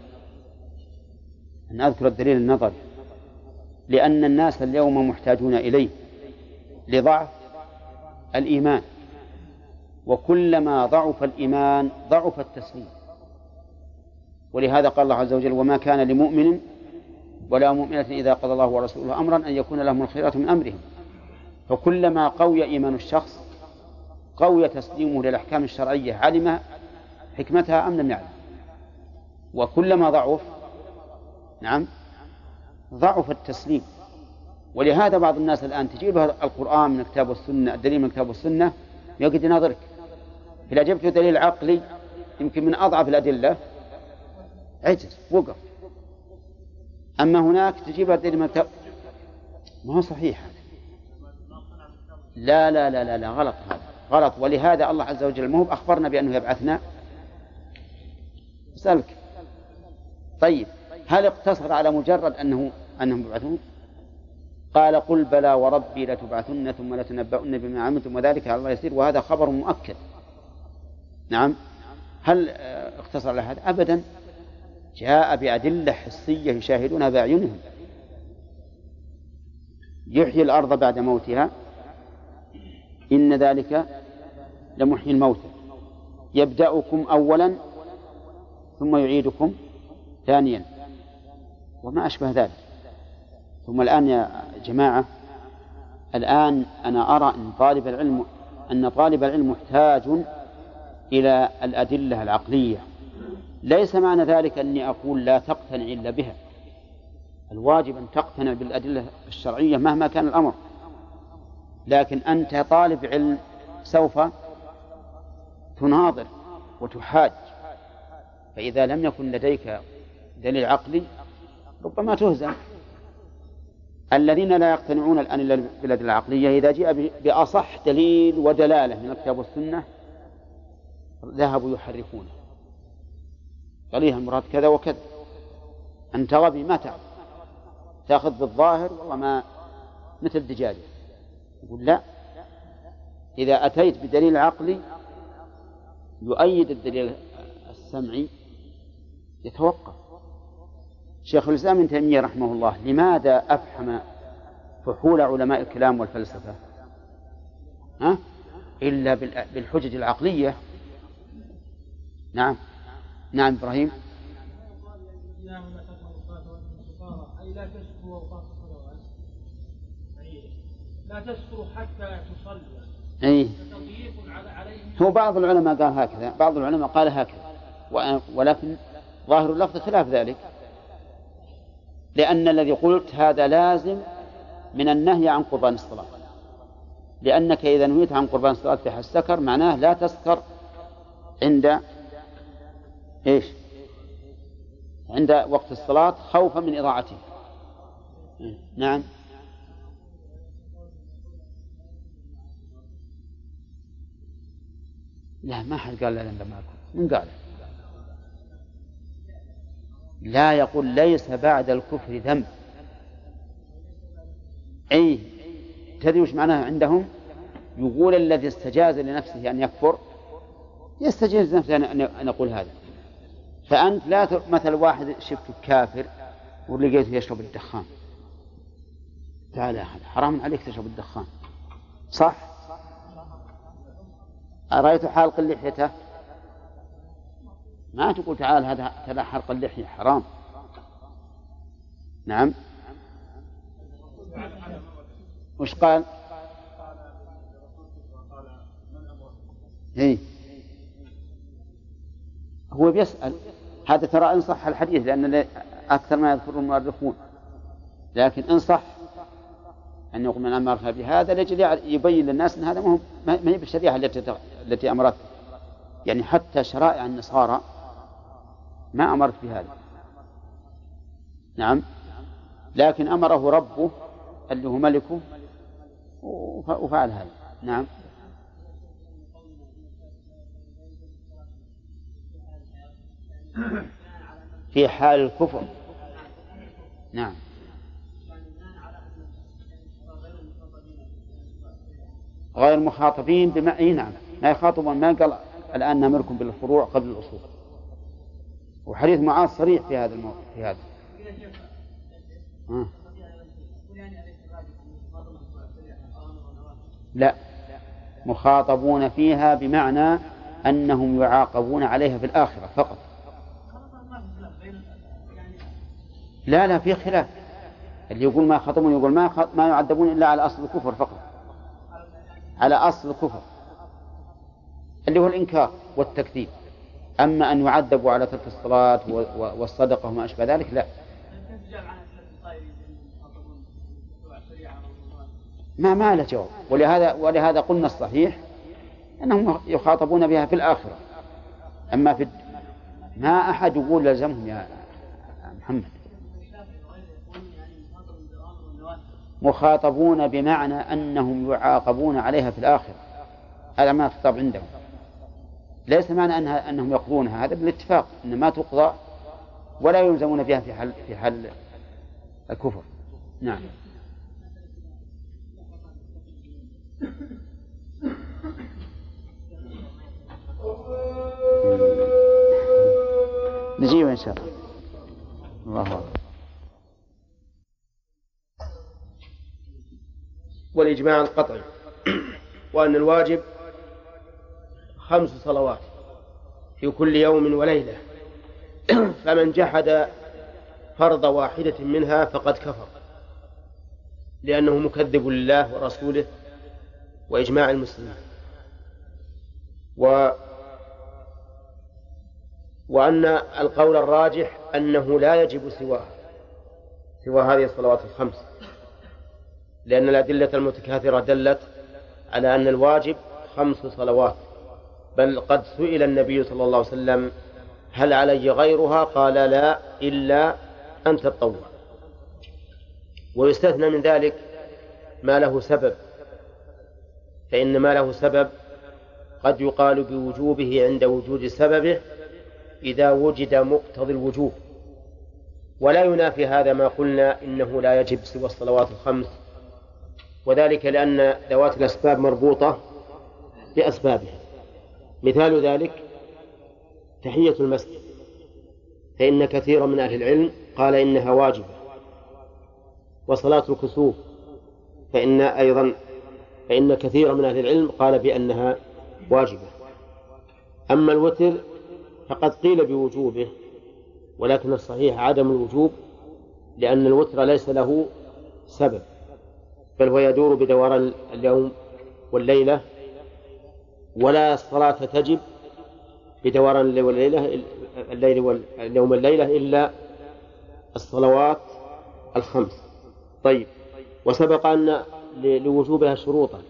النظري، لأن الناس اليوم محتاجون إليه لضعف الإيمان، وكلما ضعف الإيمان ضعف التسليم. ولهذا قال الله عز وجل: وما كان لمؤمن ولا مؤمنة إذا قضى الله ورسوله أمرا أن يكون لهم الخيرة من أمرهم. فكلما قوي إيمان الشخص قوي تسليمه للأحكام الشرعية، علم حكمتها أم لم يعلم. وكلما ضعف التسليم. ولهذا بعض الناس الآن تجيب القرآن من الكتاب والسنة، الدليل من الكتاب والسنة، يقعد يناظرك. إذا جبت دليل عقلي يمكن من أضعف الأدلة عجز وقف. أما هناك تجيب الدليل من الكتاب، ما هو صحيح. لا غلط، هذا غلط. ولهذا الله عز وجل مو أخبرنا بأنه يبعثنا. سألك طيب هل اقتصر على مجرد أنهم يبعثون؟ قال: قل بلى وربي لتبعثن ثم لتنبؤن بما عملتم وذلك على الله يسير. وهذا خبر مؤكد. نعم. هل اقتصر على هذا؟ أبدا. جاء بأدلة حسية يشاهدونها بأعينهم. يحيي الأرض بعد موتها، إن ذلك لمحيي الموتى، يبدأكم أولا ثم يعيدكم ثانيا، وما أشبه ذلك. ثم الآن يا جماعة، الآن أنا أرى أن طالب العلم محتاج إلى الأدلة العقلية. ليس معنى ذلك أني أقول لا تقتنع إلا بها، الواجب أن تقتنع بالأدلة الشرعية مهما كان الأمر. لكن أنت طالب علم سوف تناظر وتحاج، فإذا لم يكن لديك دليل عقلي ربما تهزم. الذين لا يقتنعون الآن إلا بالأدلة العقلية إذا جاء بأصح دليل ودلالة من الكتاب والسنة ذهبوا يحرفونه. قاليها المراد كذا وكذا، أنت غبي ما تعرف، تأخذ بالظاهر والله ما مثل دجاجة. يقول لا، إذا أتيت بدليل عقلي يؤيد الدليل السمعي يتوقف. شيخ الإسلام ابن تيمية رحمه الله لماذا أفحم فحول علماء الكلام والفلسفة إلا بالحجج العقلية؟ نعم إبراهيم. أي لا تذكروا أوقات الصلوات، لا تذكروا حتى تصلوا. تضييق عليهم. هو بعض العلماء قال هكذا، بعض العلماء قال هكذا، ولكن ظاهر اللفظ خلاف ذلك، لأن الذي قلت هذا لازم من النهي عن قربان الصلاة. لأنك إذا نهيت عن قربان الصلاة في حال السكر معناه لا تسكر عند وقت الصلاة خوفا من إضاعته. نعم. لا ما حد قال لا لما أكون. من قال؟ لا، يقول ليس بعد الكفر ذنب. تدري وش معناه عندهم؟ يقول الذي استجاز لنفسه أن يكفر يستجيز نفسه أن أقول هذا. فأنت لا مثل واحد شفت كافر ولقيته يشرب الدخان، تعال يا أخي حرام عليك تشرب الدخان، صح؟ أرأيت حالق اللحية ما تقول تعال هذا حلق اللحية حرام. نعم. وش قال؟ هي هو بيسأل هذا ترى إن صح الحديث، لأن أكثر ما يذكر المؤرخون، لكن إن صح أن يقول من أمرها بهذا لأجل يبين للناس أن هذا ما هي بالشريعة التي أمرت، يعني حتى شرائع النصارى ما أمرت بهذا. نعم. لكن أمره ربه اللي هو ملكه وفعل هذا. نعم. في حال الكفر. نعم. غير مخاطبين نعم ما يخاطبون، ما قال الآن نأمركم بالفروع قبل الأصول، وحديث معاذ صريح في هذا الموضوع في هذا. لا، مخاطبون فيها بمعنى أنهم يعاقبون عليها في الآخرة فقط. لا في خلاف، اللي يقول ما خاطبون يقول ما يعذبون إلا على أصل الكفر فقط، على أصل الكفر اللي هو الإنكار والتكذيب. أما أن يعذبوا على ترك الصلاة والصدقة وما أشبه ذلك لا. ما له جواب، ولهذا قلنا الصحيح أنهم يخاطبون بها في الآخرة. أما ما أحد يقول لزمهم يا محمد. مخاطبون بمعنى أنهم يعاقبون عليها في الآخرة، هذا ما خطاب عندهم، ليس معنى أنهم يقضونها، هذا بالاتفاق أن ما تقضى ولا يلزمون بها في حال الكفر. نعم. نجيب إن شاء الله. الله أكبر. والإجماع القطعي، وأن الواجب 5 صلوات في كل يوم وليلة، فمن جحد فرض واحدة منها فقد كفر، لأنه مكذب لله ورسوله وإجماع المسلمين. وأن القول الراجح أنه لا يجب سوى هذه الصلوات ال5، لأن الأدلة المتكاثرة دلت على أن الواجب 5 صلوات، بل قد سئل النبي صلى الله عليه وسلم هل علي غيرها؟ قال لا إلا أن تطوع. ويستثنى من ذلك ما له سبب، فإن ما له سبب قد يقال بوجوبه عند وجود سببه إذا وجد مقتضي الوجوب، ولا ينافي هذا ما قلنا إنه لا يجب سوى الصلوات ال5، وذلك لأن ذوات الأسباب مربوطة بأسبابها. مثال ذلك تحية المسجد، فإن كثيرا من أهل العلم قال إنها واجبة، وصلاة الكسوف فإن كثيرا من أهل العلم قال بأنها واجبة. أما الوتر فقد قيل بوجوبه، ولكن الصحيح عدم الوجوب، لأن الوتر ليس له سبب، بل هو يدور بدوران اليوم والليلة، ولا الصلاة تجب بدوران اليوم والليلة إلا الصلوات ال5. طيب، وسبق أن لوجوبها شروطا: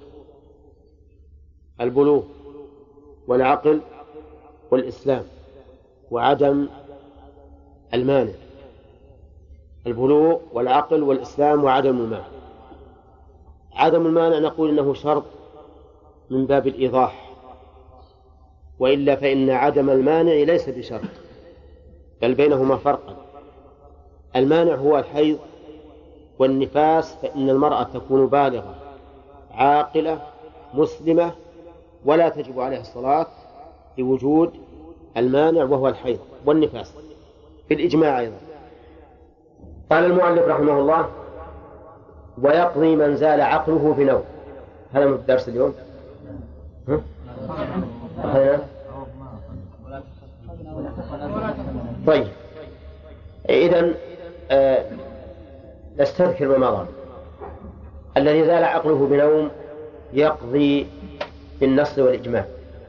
البلوغ والعقل والإسلام وعدم المانع. البلوغ والعقل والإسلام وعدم المانع. عدم المانع نقول إنه شرط من باب الإيضاح، وإلا فإن عدم المانع ليس بشرط، بل بينهما فرقا. المانع هو الحيض والنفاس، فإن المرأة تكون بالغة عاقلة مسلمة ولا تجب عليها الصلاة بوجود المانع وهو الحيض والنفاس بالإجماع أيضا. قال المؤلف رحمه الله: ويقضي من زال عقله بنوم. هذا من الدرس اليوم. طيب، إذن نستذكر ما مضى. الذي زال عقله بنوم يقضي بالنص والإجماع،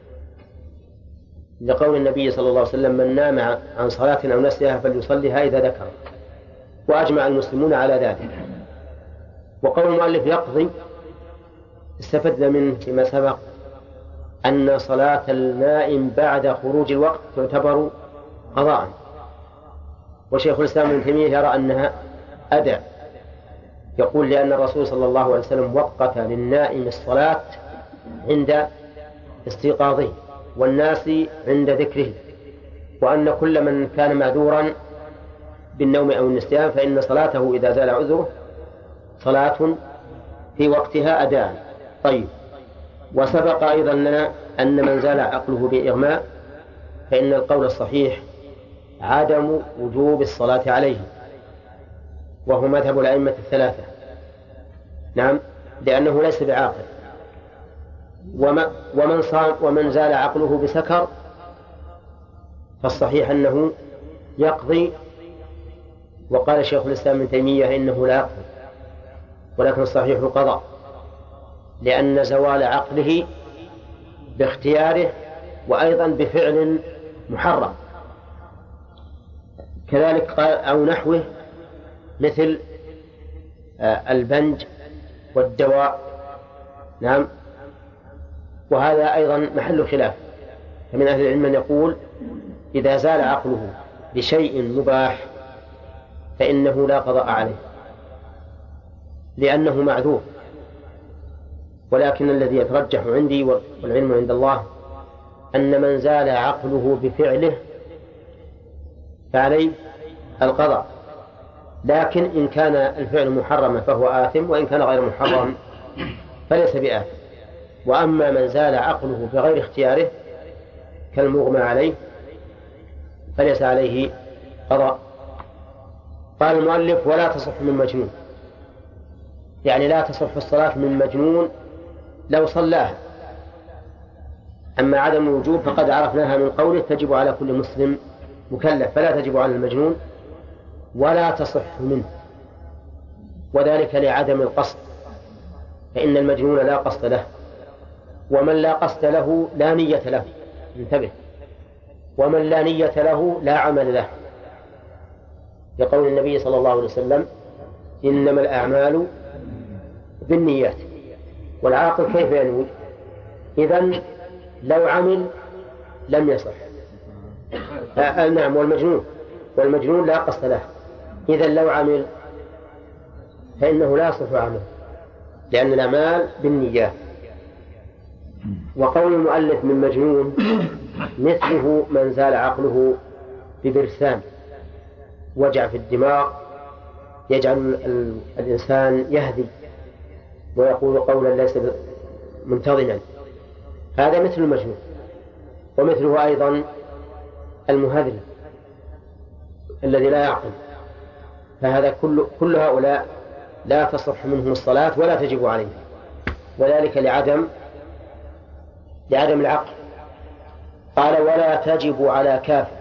لقول النبي صلى الله عليه وسلم: من نام عن صلاة أو نسيها فليصليها إذا ذكر، وأجمع المسلمون على ذلك. وقول المؤلف يقضي استفدنا منه فيما سبق أن صلاة النائم بعد خروج الوقت تعتبر قضاء، وشيخ الإسلام ابن تيمية يرى أنها أداء، يقول: لأن الرسول صلى الله عليه وسلم وقت للنائم الصلاة عند استيقاظه والناس عند ذكره، وأن كل من كان معذورا بالنوم أو النسيان فإن صلاته إذا زال عذره صلاة في وقتها أداء. طيب، وسبق أيضا لنا أن من زال عقله بإغماء فإن القول الصحيح عدم وجوب الصلاة عليه، وهو مذهب الأئمة الثلاثة. نعم، لأنه ليس بعاقل. ومن زال عقله بسكر فالصحيح أنه يقضي، وقال شيخ الإسلام ابن تيمية إنه لا يقضي، ولكن الصحيح القضاء، لأن زوال عقله باختياره وأيضا بفعل محرم. كذلك قال أو نحوه مثل البنج والدواء. نعم، وهذا أيضا محل خلاف، فمن أهل العلم من يقول إذا زال عقله بشيء مباح فإنه لا قضاء عليه لأنه معذور، ولكن الذي يترجح عندي والعلم عند الله أن من زال عقله بفعله فعليه القضاء، لكن إن كان الفعل محرما فهو آثم، وإن كان غير محرم فليس بآثم. وأما من زال عقله بغير اختياره كالمغمى عليه فليس عليه قضاء. قال المؤلف: ولا تصح من مجنون، يعني لا تصح الصلاة من مجنون لو صلاها. أما عدم الوجوب فقد عرفناها من قوله: تجب على كل مسلم مكلف، فلا تجب على المجنون ولا تصح منه، وذلك لعدم القصد، فإن المجنون لا قصد له، ومن لا قصد له لا نية له. انتبه، ومن لا نية له لا عمل له، لقول النبي صلى الله عليه وسلم: إنما الأعمال بالنيات. والعاقل كيف ينوي؟ إذن لو عمل لم يصح. نعم، والمجنون لا قصد له، إذن لو عمل فإنه لا يصح عمل، لأن الأعمال بالنيات. وقول المؤلف من مجنون مثله من زال عقله ببرسان، وجع في الدماغ يجعل الإنسان يهدي ويقول قولا ليس منتظما، هذا مثل المجنون. ومثله أيضا المهذل الذي لا يعقل، فهذا كل هؤلاء لا تصح منهم الصلاة ولا تجب عليهم، وذلك لعدم العقل. قال: ولا تجب على كافر،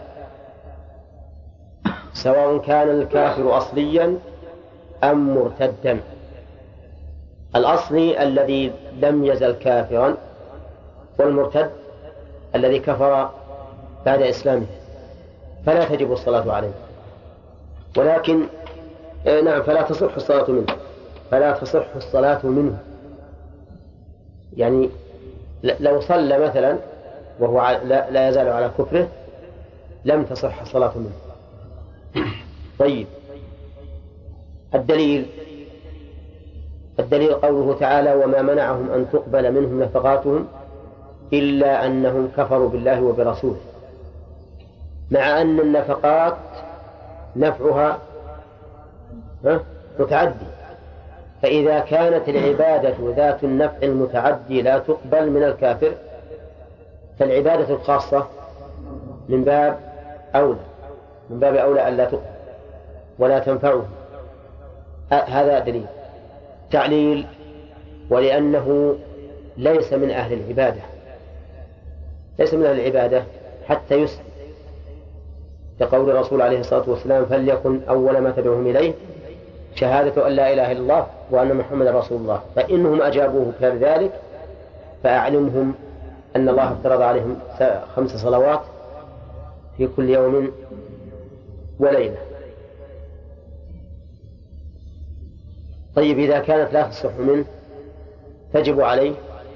سواء كان الكافر أصليا أم مرتدا. الأصلي الذي لم يزل كافرا، والمرتد الذي كفر بعد إسلامه، فلا تجب الصلاة عليه. ولكن نعم، فلا تصح الصلاة منه. يعني لو صلى مثلا وهو لا يزال على كفره لم تصح الصلاة منه. طيب، الدليل قوله تعالى: وما منعهم أن تقبل منهم نفقاتهم إلا أنهم كفروا بالله وبرسوله، مع أن النفقات نفعها متعدي، فإذا كانت العبادة ذات النفع المتعدي لا تقبل من الكافر فالعبادة الخاصة من باب أولى ألا تقبل ولا تنفعه. هذا دليل. تعليل: ولأنه ليس من أهل العبادة حتى يسلم، كقول الرسول عليه الصلاة والسلام: فليكن أول ما تدعوهم إليه شهادة أن لا إله إلا الله وأن محمد رسول الله، فإنهم أجابوه كذلك فأعلمهم أن الله افترض عليهم 5 صلوات في كل يوم وليلة. طيب، إذا كانت لا تصح منه تجب عليه؟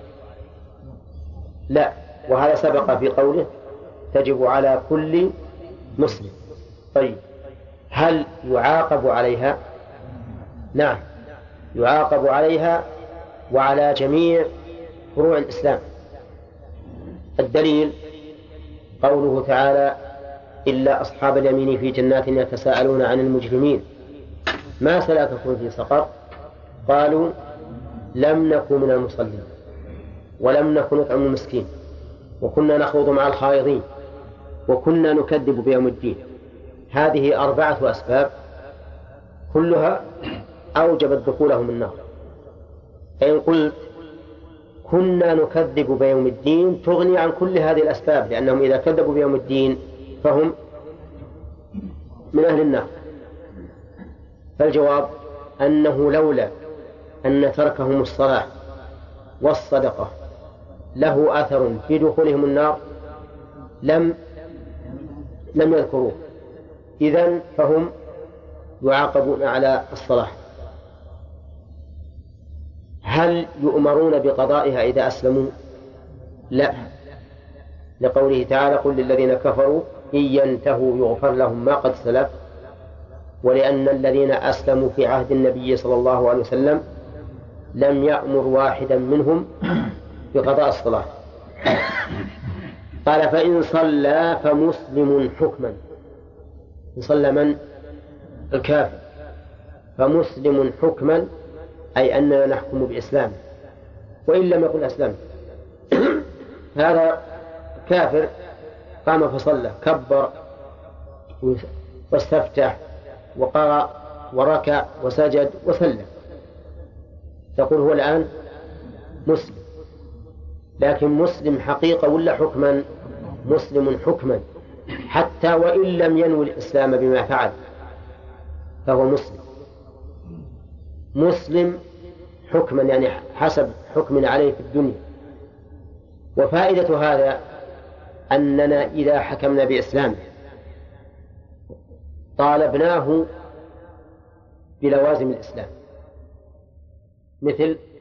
لا، وهذا سبق في قوله تجب على كل مسلم. طيب، هل يعاقب عليها؟ نعم، يعاقب عليها وعلى جميع فروع الإسلام. الدليل قوله تعالى: إلا أصحاب اليمين في جنات يتساءلون عن المجرمين ما سلككم في سقر قالوا لم نكن من المصلين ولم نكن نطعم المسكين وكنا نخوض مع الخائضين وكنا نكذب بيوم الدين. هذه 4 أسباب كلها أوجبت دخولهم النار. فإن قلت كنا نكذب بيوم الدين تغني عن كل هذه الأسباب، لأنهم إذا كذبوا بيوم الدين فهم من أهل النار. فالجواب أنه لولا أن تركهم الصلاة والصدقة له أثر في دخولهم النار لم يذكروه، إذن فهم يعاقبون على الصلاة. هل يؤمرون بقضائها إذا أسلموا؟ لا، لقوله تعالى: قل للذين كفروا إن ينتهوا يغفر لهم ما قد سلف، ولأن الذين أسلموا في عهد النبي صلى الله عليه وسلم لم يأمر واحدا منهم بقضاء الصلاة. قال: فإن صلى فمسلم حكما. صلى من؟ الكافر. فمسلم حكما أي أننا نحكم بإسلامه وإن لم يكن أسلم. هذا كافر قام فصلى، كبر واستفتح وقرأ وركع وسجد وسلم، تقول هو الآن مسلم. لكن مسلم حقيقة ولا حكما؟ مسلم حكما، حتى وإن لم ينوي الإسلام بما فعل فهو مسلم حكما، يعني حسب حكم عليه في الدنيا. وفائدة هذا أننا إذا حكمنا بإسلامه طالبناه بلوازم الإسلام، مثل